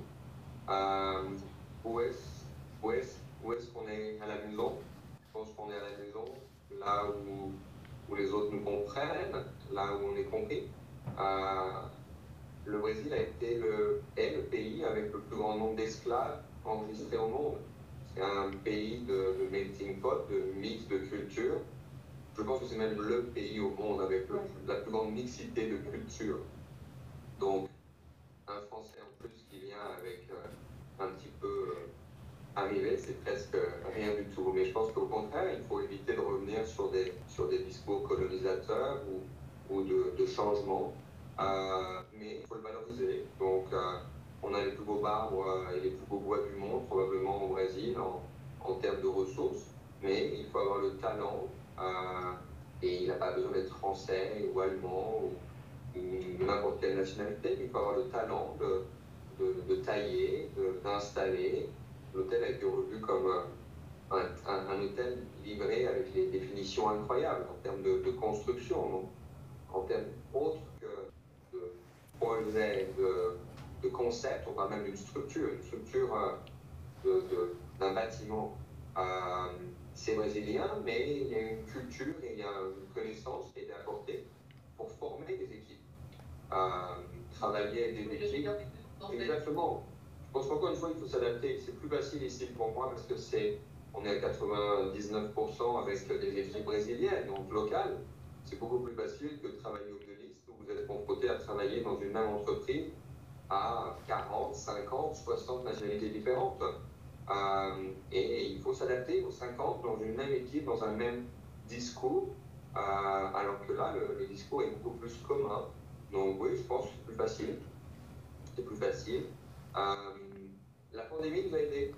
Où est-ce qu'on est à la maison? Je pense qu'on est à la maison, là où les autres nous comprennent, là où on est compris. Le Brésil est le pays avec le plus grand nombre d'esclaves enregistrés au monde. C'est un pays de melting pot, de mix de cultures. Je pense que c'est même le pays au monde avec la plus grande mixité de cultures. Donc, un Français en plus qui vient avec un petit peu arrivé, c'est presque rien du tout. Mais je pense qu'au contraire, il faut éviter de revenir sur des discours colonisateurs ou de changement. Mais il faut le valoriser. Donc, on a les plus beaux arbres et les plus beaux bois du monde, probablement au Brésil, en termes de ressources. Mais il faut avoir le talent, et il n'a pas besoin d'être français ou allemand ou n'importe quelle nationalité, mais il faut avoir le talent de tailler, d'installer. L'hôtel a été revu comme un hôtel livré avec des définitions incroyables en termes de construction, donc, en termes autres que de projet, de concept, on parle même d'une structure, d'un bâtiment. C'est brésilien, mais il y a une culture et il y a une connaissance qui a été apportée pour former des équipes, travailler avec des équipes. Exactement. Je pense qu'encore une fois, il faut s'adapter. C'est plus facile ici pour moi parce que on est à 99% avec des équipes brésiliennes, donc locales. C'est beaucoup plus facile que de travailler au Middle où vous êtes confronté à travailler dans une même entreprise à 40, 50, 60 nationalités différentes. Et il faut s'adapter aux 50 dans une même équipe, dans un même discours, alors que là, le discours est beaucoup plus commun. Donc oui, je pense que c'est plus facile. C'est plus facile. La pandémie nous a aidés.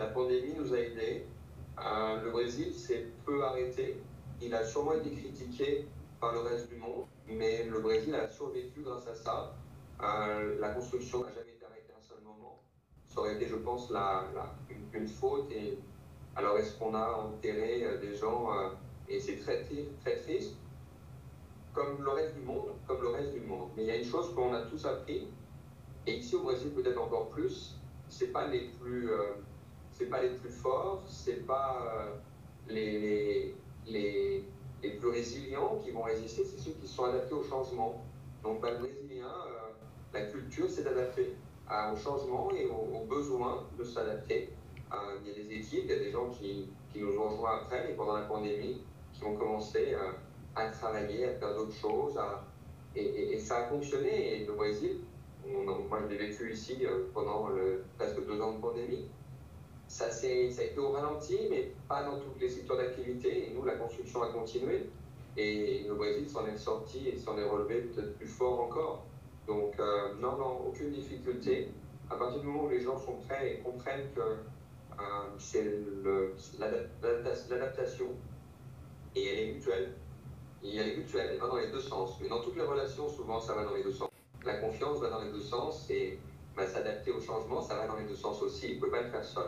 Le Brésil s'est peu arrêté. Il a sûrement été critiqué par le reste du monde, mais le Brésil a survécu grâce à ça. La construction n'a jamais été arrêtée un seul moment. Ça aurait été, je pense, une faute. Et alors, est-ce qu'on a enterré des gens et c'est très triste, comme le reste du monde. Mais il y a une chose qu'on a tous appris, et ici au Brésil peut-être encore plus, c'est pas les plus forts, c'est pas les plus résilients qui vont résister, c'est ceux qui sont adaptés au changement. Donc le Brésilien, la culture, c'est d'adapter au changement et aux besoins de s'adapter. Il y a des équipes, il y a des gens qui nous ont rejoints après et pendant la pandémie, qui ont commencé à travailler, à faire d'autres choses, et ça a fonctionné. Et le Brésil, moi je l'ai vécu ici pendant presque 2 ans de pandémie, ça a été au ralenti, mais pas dans tous les secteurs d'activité. Et nous, la construction a continué. Et le Brésil s'en est sorti et s'en est relevé peut-être plus fort encore. Donc, non, aucune difficulté. À partir du moment où les gens sont prêts et comprennent que c'est l'adaptation, et elle est mutuelle. Et elle est mutuelle, elle va dans les deux sens. Mais dans toutes les relations, souvent, ça va dans les deux sens. La confiance va dans les deux sens et s'adapter au changement, ça va dans les deux sens aussi. Il ne peut pas le faire seul.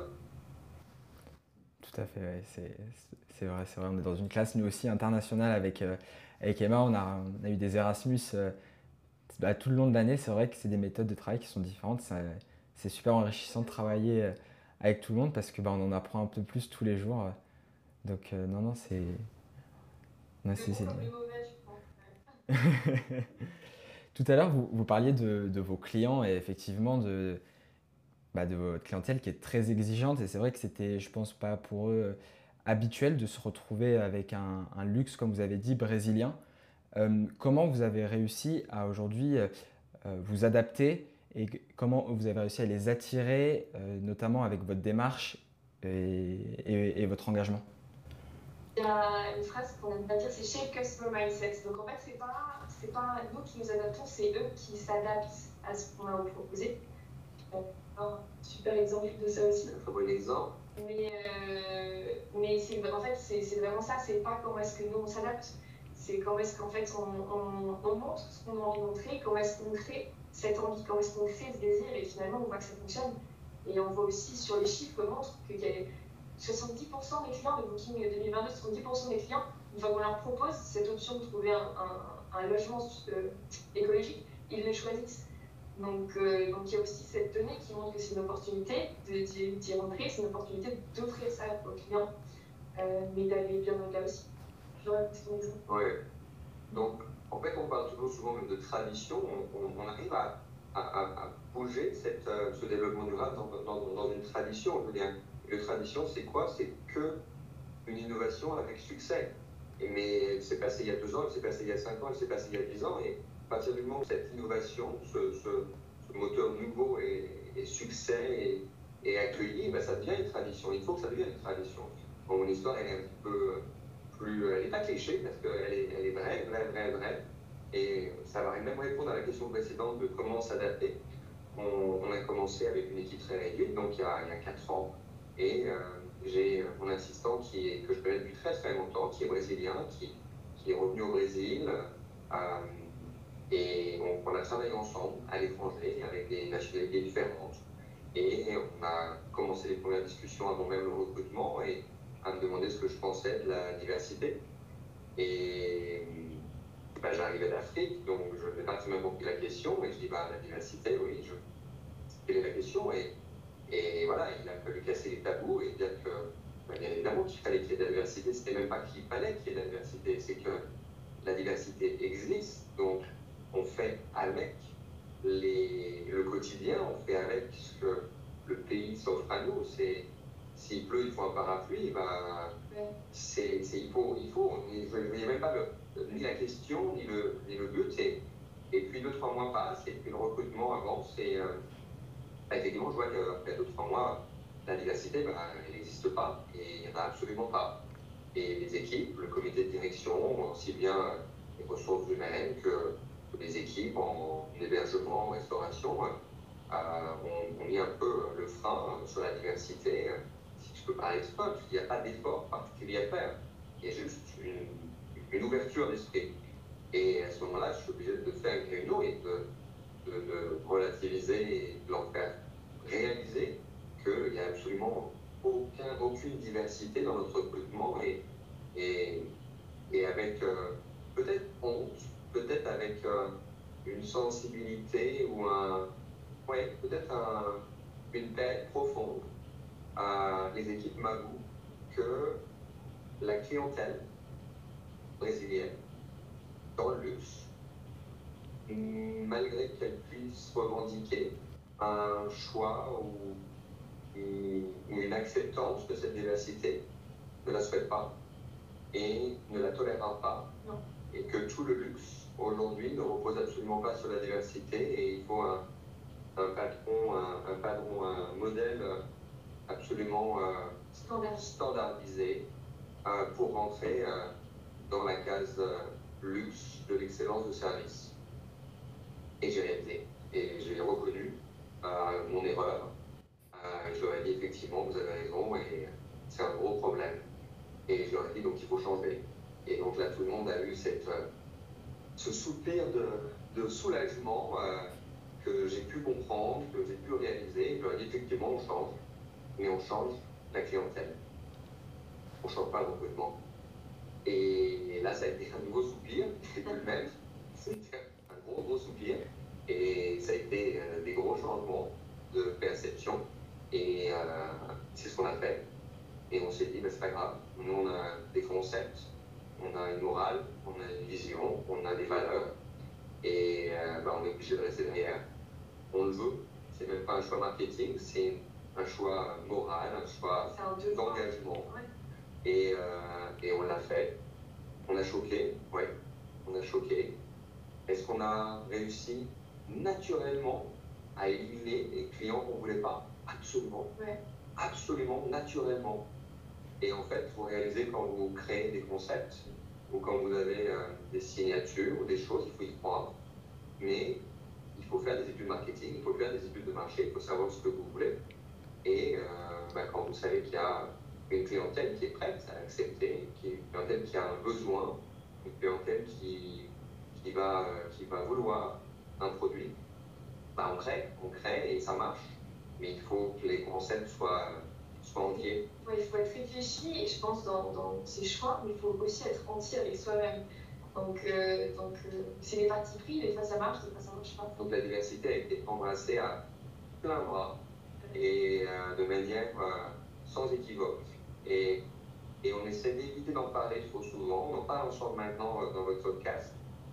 Tout à fait, ouais. C'est vrai, c'est vrai. On est dans une classe, nous aussi, internationale avec Emma. On a eu des Erasmus tout le long de l'année. C'est vrai que c'est des méthodes de travail qui sont différentes. C'est super enrichissant de travailler avec tout le monde parce que on en apprend un peu plus tous les jours. Donc, non, c'est. Non, C'est bon comme les mauvais, je pense. Tout à l'heure, vous parliez de vos clients et effectivement de votre clientèle qui est très exigeante. Et c'est vrai que c'était, je pense, pas pour eux habituel de se retrouver avec un luxe, comme vous avez dit, brésilien. Comment vous avez réussi à aujourd'hui vous adapter et comment vous avez réussi à les attirer, notamment avec votre démarche et votre engagement? Il y a une phrase qu'on aime pas dire, c'est Shape Customer Mindset. Donc en fait, c'est pas nous qui nous adaptons, c'est eux qui s'adaptent à ce qu'on a proposé. Un super exemple de ça aussi. Un très bon exemple. Mais en fait, c'est vraiment ça, c'est pas comment est-ce que nous on s'adapte, c'est comment est-ce qu'en fait on montre ce qu'on a envie de montrer, comment est-ce qu'on crée cette envie, comment est-ce qu'on crée ce désir, et finalement on voit que ça fonctionne. Et on voit aussi sur les chiffres montrent que 70% des clients de Booking 2022, 70% des clients, une fois qu'on leur propose cette option de trouver un logement écologique, ils le choisissent. Donc il y a aussi cette donnée qui montre que c'est une opportunité d'y rentrer, c'est une opportunité d'offrir ça aux clients, mais d'aller bien au-delà aussi. Oui. Donc, en fait, on parle toujours souvent même de tradition. On arrive à bouger ce développement durable dans une tradition. Je veux dire, une tradition, c'est quoi? C'est qu'une innovation avec succès. Mais c'est passé il y a 2 ans, c'est passé il y a 5 ans, c'est passé il y a 10 ans. Et à partir du moment où cette innovation, ce moteur nouveau et succès est accueilli, ça devient une tradition. Il faut que ça devienne une tradition. Bon, mon histoire, elle est un petit peu plus... Elle n'est pas cliché, parce qu'elle est vraie. Et ça va même répondre à la question précédente de comment s'adapter. On a commencé avec une équipe très réduite, donc il y a 4 ans. Et j'ai mon assistant que je connais depuis très très longtemps, qui est brésilien, qui est revenu au Brésil. Et on a travaillé ensemble à l'étranger avec des nationalités différentes. Et on a commencé les premières discussions avant même le recrutement et à me demander ce que je pensais de la diversité. Et j'arrivais d'Afrique, donc je n'ai pas très bien compris la question. Et je dis, la diversité, oui, quelle est la question? Et voilà, il a fallu casser les tabous et dire que, bien évidemment, qu'il fallait qu'il y ait de la diversité. C'était même pas qu'il fallait qu'il y ait de la diversité, c'est que la diversité existe. Donc, on fait avec le quotidien, on fait avec ce que le pays s'offre à nous. S'il pleut, il faut un parapluie, il faut. Il n'y a même pas ni la question, ni le but. Et puis 2-3 mois passent, et puis le recrutement avance. Et effectivement, je vois qu'après 2-3 mois, la diversité, elle n'existe pas. Et il n'y en a absolument pas. Et les équipes, le comité de direction, aussi bien les ressources humaines que les équipes en hébergement, en restauration, ont mis un peu le frein sur la diversité. Si je peux parler de ça, parce qu'il n'y a pas d'effort particulier à faire. Il y a juste une ouverture d'esprit. Et à ce moment-là, je suis obligé de faire une réunion et de relativiser et de leur faire réaliser qu'il n'y a absolument aucune diversité dans notre recrutement et avec peut-être honte, peut-être avec une sensibilité ou peut-être une paix profonde. Les équipes m'avouent que la clientèle brésilienne dans le luxe, malgré qu'elle puisse revendiquer un choix ou une acceptance de cette diversité, ne la souhaite pas et ne la tolérera pas. Non. Et que tout le luxe aujourd'hui ne repose absolument pas sur la diversité et il faut un patron, un modèle absolument standardisé pour rentrer dans la case luxe de l'excellence de service. Et j'ai réalisé, et j'ai reconnu mon erreur. Je leur ai dit effectivement, vous avez raison, et c'est un gros problème. Et je leur ai dit donc il faut changer. Et donc là, tout le monde a eu ce soupir de soulagement que j'ai pu comprendre, que j'ai pu réaliser. Je leur ai dit effectivement, on change, mais on change la clientèle. On ne change pas le recrutement. Et là, ça a été un nouveau soupir, c'était plus le même. C'était un gros soupir. Et ça a été des gros changements de perception. Et c'est ce qu'on a fait. Et on s'est dit, c'est pas grave. Nous, on a des concepts, on a une morale, on a une vision, on a des valeurs. Et on est obligé de rester derrière. On le veut. C'est même pas un choix marketing, c'est un choix moral, un choix d'engagement. Et on l'a fait. On a choqué, ouais. On a choqué. Est-ce qu'on a réussi naturellement à éliminer les clients qu'on ne voulait pas? Absolument. Ouais. Absolument, naturellement. Et en fait, vous réalisez quand vous créez des concepts ou quand vous avez des signatures ou des choses, il faut y croire. Mais il faut faire des études marketing, il faut faire des études de marché, il faut savoir ce que vous voulez. Et quand vous savez qu'il y a une clientèle qui est prête à accepter, une clientèle qui a un besoin, une clientèle qui va vouloir un produit, on crée et ça marche. Mais il faut que les concepts soient entiers. Ouais, il faut être réfléchi et je pense dans ses choix, mais il faut aussi être entier avec soi-même. Donc c'est les parties pris, des fois ça marche, des fois ça marche pas. Donc la diversité a été embrassée à plein bras et de manière sans équivoque. Et on essaie d'éviter d'en parler trop souvent. On en parle ensemble maintenant dans votre podcast.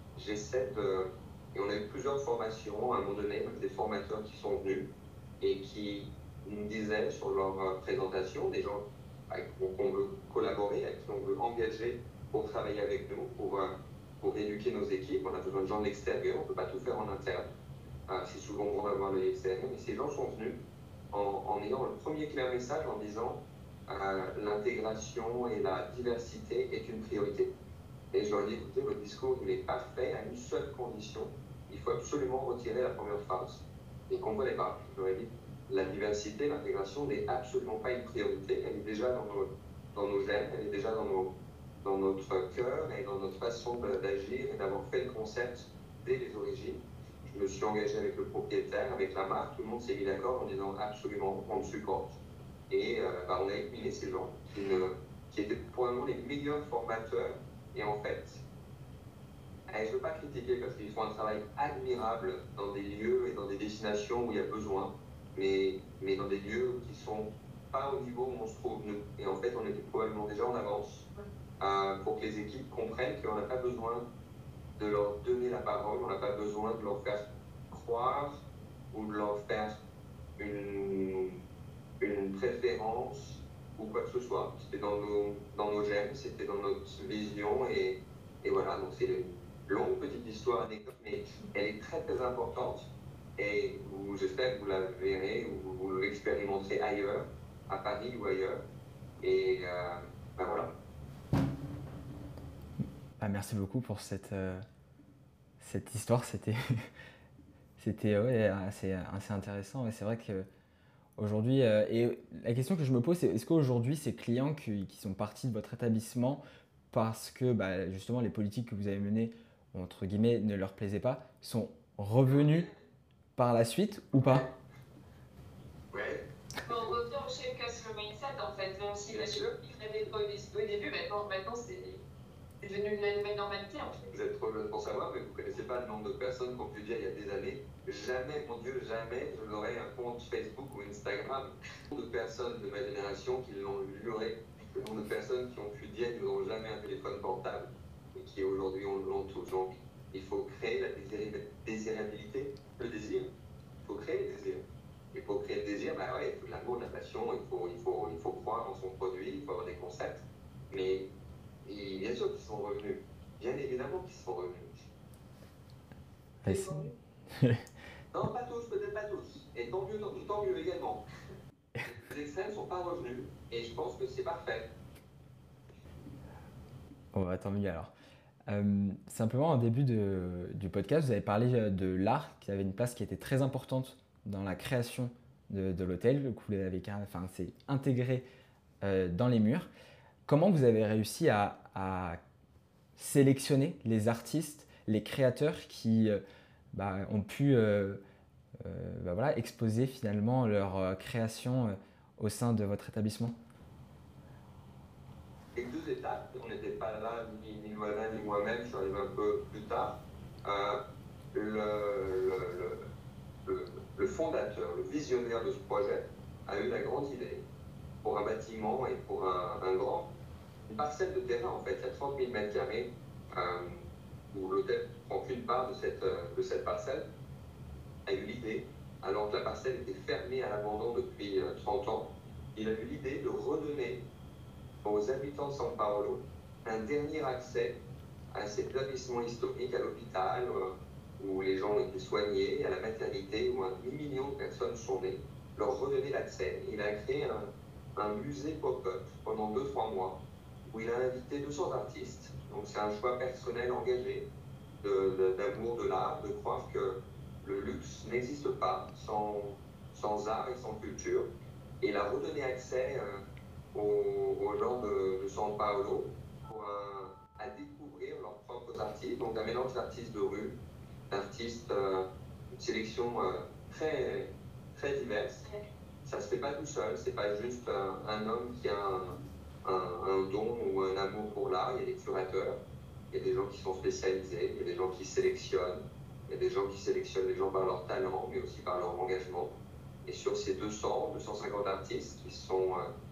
Et on a eu plusieurs formations à un moment donné, même des formateurs qui sont venus et qui nous disaient sur leur présentation, des gens avec qui on veut collaborer, avec qui on veut engager pour travailler avec nous, pour éduquer nos équipes. On a besoin de gens de l'extérieur, on ne peut pas tout faire en interne. C'est souvent bon d'avoir de l'extérieur, mais ces gens sont venus en ayant le premier clair message en disant l'intégration et la diversité est une priorité. Et je leur ai dit, écoutez, votre discours, il est parfait à une seule condition. Il faut absolument retirer la première phrase. Ils ne comprenaient pas. Je leur ai dit, la diversité, l'intégration n'est absolument pas une priorité. Elle est déjà dans nos gènes, elle est déjà dans notre cœur et dans notre façon d'agir et d'avoir fait le concept dès les origines. Je me suis engagé avec le propriétaire, avec la marque. Tout le monde s'est mis d'accord en disant absolument, on le supporte. Et on a éliminé ces gens qui étaient probablement les meilleurs formateurs. Et en fait, je ne veux pas critiquer parce qu'ils font un travail admirable dans des lieux et dans des destinations où il y a besoin, mais dans des lieux qui ne sont pas au niveau où on se trouve nous. Et en fait, on était probablement déjà en avance pour que les équipes comprennent qu'on n'a pas besoin de leur donner la parole, on n'a pas besoin de leur faire croire ou de leur faire une préférence ou quoi que ce soit. C'était dans nos gènes, c'était dans notre vision et voilà. Donc c'est une longue petite histoire anecdote, mais elle est très très importante et j'espère que vous la verrez ou vous l'expérimenterez ailleurs, à Paris ou ailleurs. Et voilà. Merci beaucoup pour cette histoire. C'était assez intéressant et c'est vrai que aujourd'hui, et la question que je me pose, c'est est-ce qu'aujourd'hui, ces clients qui sont partis de votre établissement parce que justement les politiques que vous avez menées, entre guillemets, ne leur plaisaient pas, sont revenus par la suite ou pas? Ouais. On revient au shape customer mindset en fait, même si les choses qui rêvaient pas au début, maintenant c'est devenu la nouvelle normalité en fait. Vous êtes trop jeune pour savoir, mais vous ne connaissez pas le nombre de personnes qui ont pu dire il y a des années, jamais, mon Dieu, jamais je n'aurai un compte Facebook ou Instagram. Le nombre de personnes de ma génération qui l'ont juré, le nombre de personnes qui ont pu dire qu'ils n'auront jamais un téléphone portable et qui aujourd'hui l'ont tous. Donc il faut créer la désirabilité, le désir. Il faut créer le désir. Et pour créer le désir, il faut de l'amour, de la passion, il faut croire en son produit, il faut avoir des concepts. Mais bien sûr qu'ils sont revenus. Bien évidemment qu'ils sont revenus. Non, pas tous, peut-être pas tous. Et tant mieux également. plus extrêmes ne sont pas revenus et je pense que c'est parfait. Bon, bah, tant mieux alors. Simplement, au début du podcast, vous avez parlé de l'art qui avait une place qui était très importante dans la création de l'hôtel. Vous l'avez, enfin, c'est intégré dans les murs. Comment vous avez réussi à sélectionner les artistes, les créateurs qui ont pu voilà, exposer finalement leur création au sein de votre établissement? Les deux étapes, on n'était pas là, ni Loana ni moi-même, je suis arrivé un peu plus tard. Le fondateur, le visionnaire de ce projet a eu la grande idée pour un bâtiment et pour une parcelle de terrain en fait, il y a 30 000 mètres carrés où l'hôtel ne prend qu'une part de cette parcelle, a eu l'idée, alors que la parcelle était fermée à l'abandon depuis 30 ans, il a eu l'idée de redonner aux habitants de São Paulo un dernier accès à cet établissement historique, à l'hôpital où les gens ont été soignés, à la maternité où un demi-million de personnes sont nées, leur redonner l'accès. Il a créé un musée pop-up pendant 2-3 mois où il a invité 200 artistes. Donc c'est un choix personnel engagé d'amour de l'art, de croire que le luxe n'existe pas sans art et sans culture. Et il a redonné accès aux gens de São Paulo à découvrir leurs propres artistes, donc un mélange d'artistes de rue, d'artistes, une sélection très, très diverse. Ça ne se fait pas tout seul, c'est pas juste un homme qui a un don ou un amour pour l'art, il y a des curateurs, il y a des gens qui sont spécialisés, il y a des gens qui sélectionnent, il y a des gens qui sélectionnent les gens par leur talent, mais aussi par leur engagement. Et sur ces 250 artistes qui sont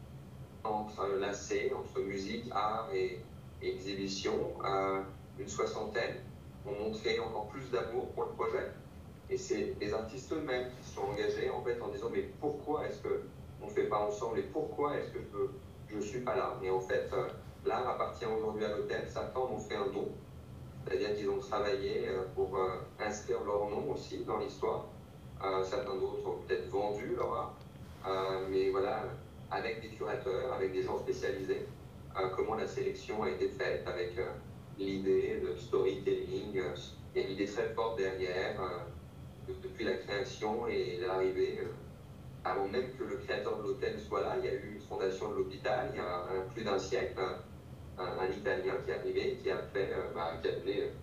entrelacés entre musique, art et exhibition, une soixantaine ont montré encore plus d'amour pour le projet. Et c'est les artistes eux-mêmes qui se sont engagés en fait en disant mais pourquoi est-ce qu'on ne fait pas ensemble et pourquoi est-ce que je ne suis pas là. Et en fait, l'art appartient aujourd'hui à l'hôtel. Certains ont fait un don, c'est-à-dire qu'ils ont travaillé pour inscrire leur nom aussi dans l'histoire. Certains d'autres ont peut-être vendu leur art, mais voilà, avec des curateurs, avec des gens spécialisés, comment la sélection a été faite avec l'idée de storytelling. Il y a une idée très forte derrière, depuis la création et l'arrivée. Avant même que le créateur de l'hôtel soit là, il y a eu une fondation de l'hôpital, il y a plus d'un siècle, un Italien qui est arrivé, qui a amené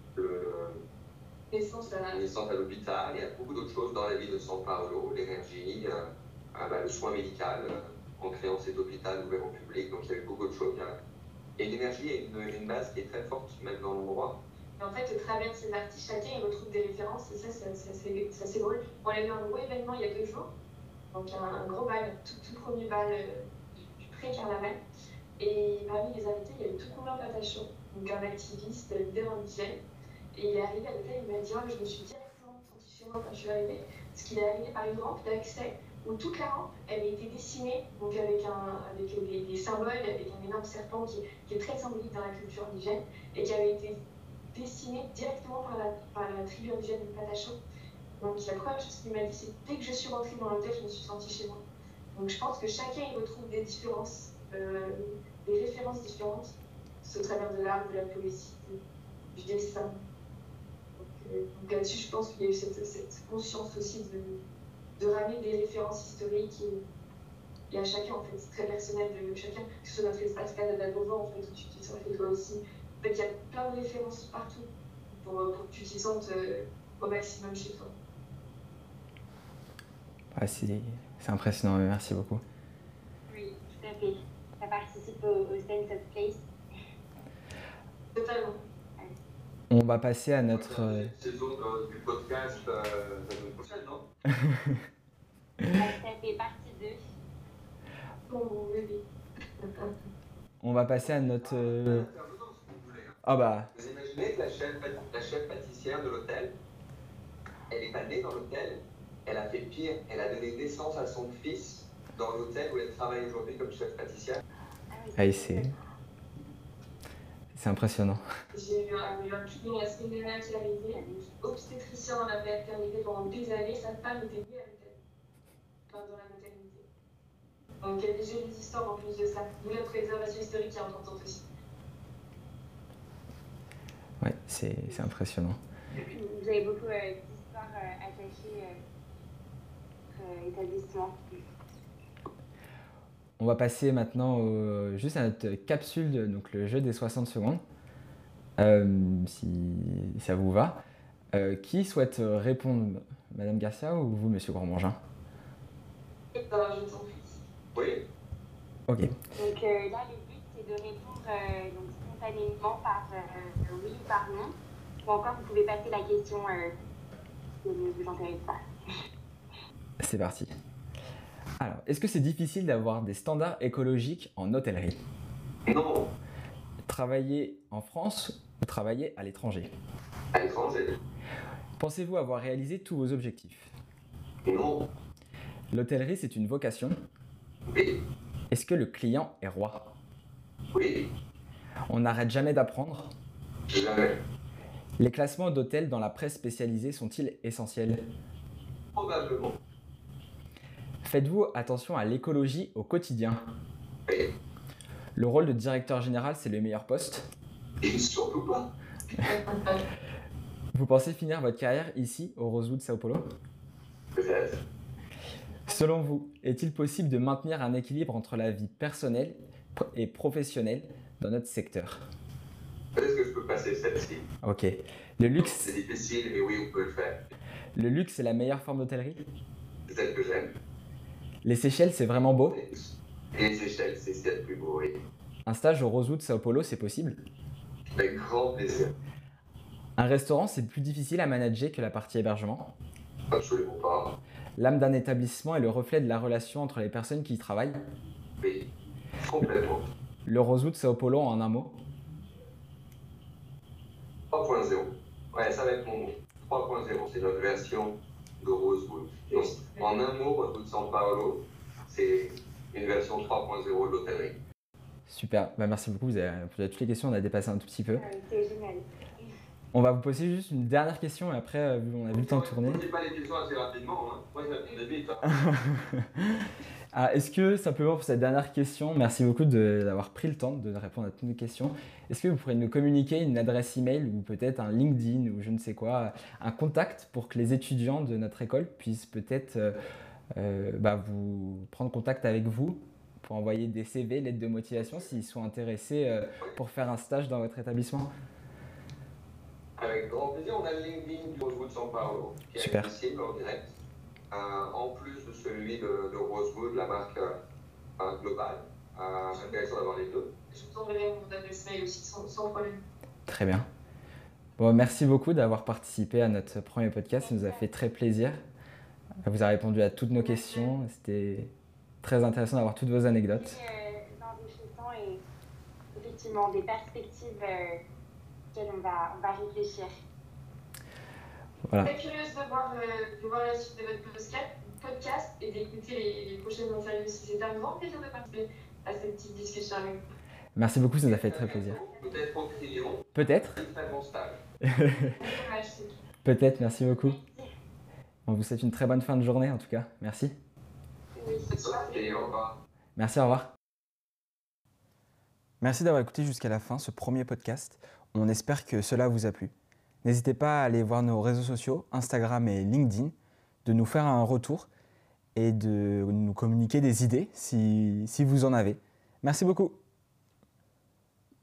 naissance à l'hôpital. Il y a beaucoup d'autres choses dans la vie de São Paulo, l'énergie, le soin médical, en créant cet hôpital ouvert au public. Donc il y a eu beaucoup de choses. Et l'énergie est une base qui est très forte, même dans l'endroit. Et en fait, au travers de ces artistes, chacun il retrouve des références, et ça c'est drôle. On a eu un gros événement il y a 2 jours, donc un gros bal, tout premier bal du pré-carnaval. Et parmi les invités, il y avait Tucumã Patacho, donc un activiste leader indigène. Et il est arrivé à l'hôtel, il m'a dit je me suis directement senti chez moi quand je suis arrivée, parce qu'il est arrivé par une rampe d'accès où toute la rampe avait été dessinée, donc avec des symboles, avec un énorme serpent qui est très symbolique dans la culture indigène, et qui avait été dessiné directement par la tribu indigène de Patacho. Donc la première chose qu'il m'a dit, c'est dès que je suis rentrée dans l'hôtel, je me suis sentie chez moi. Donc je pense que chacun il retrouve des différences, des références différentes, au travers de l'art, de la poésie, du dessin. Donc là-dessus, je pense qu'il y a eu cette conscience aussi de ramener des références historiques et à chacun, en fait, c'est très personnel de chacun, que ce soit notre espace Canada Beauvau, en fait, où tu t'y sens, et toi aussi. En fait, il y a plein de références partout pour que tu t'y sentes au maximum chez toi. Ouais, c'est impressionnant, merci beaucoup. Oui, tout à fait. Ça participe au sense of place. Totalement. On va passer à notre... saison du podcast la semaine prochaine, non? Ça fait partie 2. Bon, oui. On va passer à notre... Ah bah... Vous imaginez que la chef pâtissière de l'hôtel, elle n'est pas née dans l'hôtel, elle a fait pire, elle a donné naissance à son fils dans l'hôtel où elle travaille aujourd'hui comme chef pâtissière. Ah, c'est impressionnant. J'ai eu un client la semaine dernière qui est arrivé, obstétricien dans la maternité pendant des années, sa femme était liée à l'hôtel, dans la maternité. Donc il y a des jolies histoires en plus de ça. D'où la préservation historique qui est importante aussi. Ouais, c'est impressionnant. Vous avez beaucoup d'histoires attachées à votre établissement. On va passer maintenant juste à notre capsule, donc le jeu des 60 secondes, si ça vous va. Qui souhaite répondre, Madame Garcia ou vous, Monsieur Grandmangin? Je t'en prie. Oui. Ok. Donc là, le but, c'est de répondre donc, spontanément par oui ou par non. Ou encore, vous pouvez passer la question qui ne vous intéresse pas. C'est parti. Alors, est-ce que c'est difficile d'avoir des standards écologiques en hôtellerie? Non. Travailler en France ou travailler à l'étranger? À l'étranger. Pensez-vous avoir réalisé tous vos objectifs? Non. L'hôtellerie, c'est une vocation? Oui. Est-ce que le client est roi? Oui. On n'arrête jamais d'apprendre? Jamais. Les classements d'hôtels dans la presse spécialisée sont-ils essentiels? Probablement. Faites-vous attention à l'écologie au quotidien? Oui. Le rôle de directeur général, c'est le meilleur poste? Et surtout pas. Vous pensez finir votre carrière ici, au Rosewood Sao Paulo? Peut-être. Selon vous, est-il possible de maintenir un équilibre entre la vie personnelle et professionnelle dans notre secteur? Est-ce que je peux passer celle-ci? Ok. Le luxe, C'est difficile, mais oui, on peut le faire. le luxe, c'est la meilleure forme d'hôtellerie? C'est celle que j'aime. Les Seychelles, c'est vraiment beau? Et les Seychelles, c'est celle plus beau, oui. Un stage au Rosewood Sao Paulo, c'est possible? Avec grand plaisir. Un restaurant, c'est plus difficile à manager que la partie hébergement? Absolument pas. L'âme d'un établissement est le reflet de la relation entre les personnes qui y travaillent? Oui. Complètement. Le Rosewood Sao Paulo en un mot? 3.0. Ouais, ça va être mon mot. 3.0, c'est notre version de Rosewood. Donc, en un mot, Rosewood San Paolo, c'est une version 3.0 de l'hôtellerie. Super, bah, merci beaucoup, vous avez répondu à toutes les questions, on a dépassé un tout petit peu. C'est génial. On va vous poser juste une dernière question et après, on a vu le temps de tourner. Ne posez pas les questions assez rapidement, hein. Moi, je répondais vite. Ah, est-ce que, simplement pour cette dernière question, merci beaucoup d'avoir pris le temps de répondre à toutes nos questions. Est-ce que vous pourriez nous communiquer une adresse email ou peut-être un LinkedIn ou je ne sais quoi, un contact pour que les étudiants de notre école puissent peut-être vous prendre contact avec vous pour envoyer des CV, lettres de motivation s'ils sont intéressés pour faire un stage dans votre établissement? Avec grand plaisir, on a le LinkedIn du Rosewood San Paolo, qui est Super. accessible en direct. En plus de celui de Rosewood, la marque globale. C'est intéressant d'avoir les deux. Je vous enverrai mon adresse mail aussi sans problème. Très bien. Bon, merci beaucoup d'avoir participé à notre premier podcast, ça nous a fait très plaisir. Vous avez répondu à toutes nos questions, c'était très intéressant d'avoir toutes vos anecdotes. Enrichissant et effectivement des perspectives auxquelles on va réfléchir. Voilà. Très curieuse de voir la suite de votre podcast et d'écouter les prochaines interviews aussi. C'était un grand plaisir de participer à cette petite discussion avec vous. Merci beaucoup, ça nous a fait très plaisir. Peut-être au crayon. Peut-être. Un très bon stage. Merci. Peut-être, merci beaucoup. On vous souhaite une très bonne fin de journée en tout cas. Merci. Oui. Et au revoir. Merci, au revoir. Merci d'avoir écouté jusqu'à la fin ce premier podcast. On espère que cela vous a plu. N'hésitez pas à aller voir nos réseaux sociaux, Instagram et LinkedIn, de nous faire un retour et de nous communiquer des idées si vous en avez. Merci beaucoup.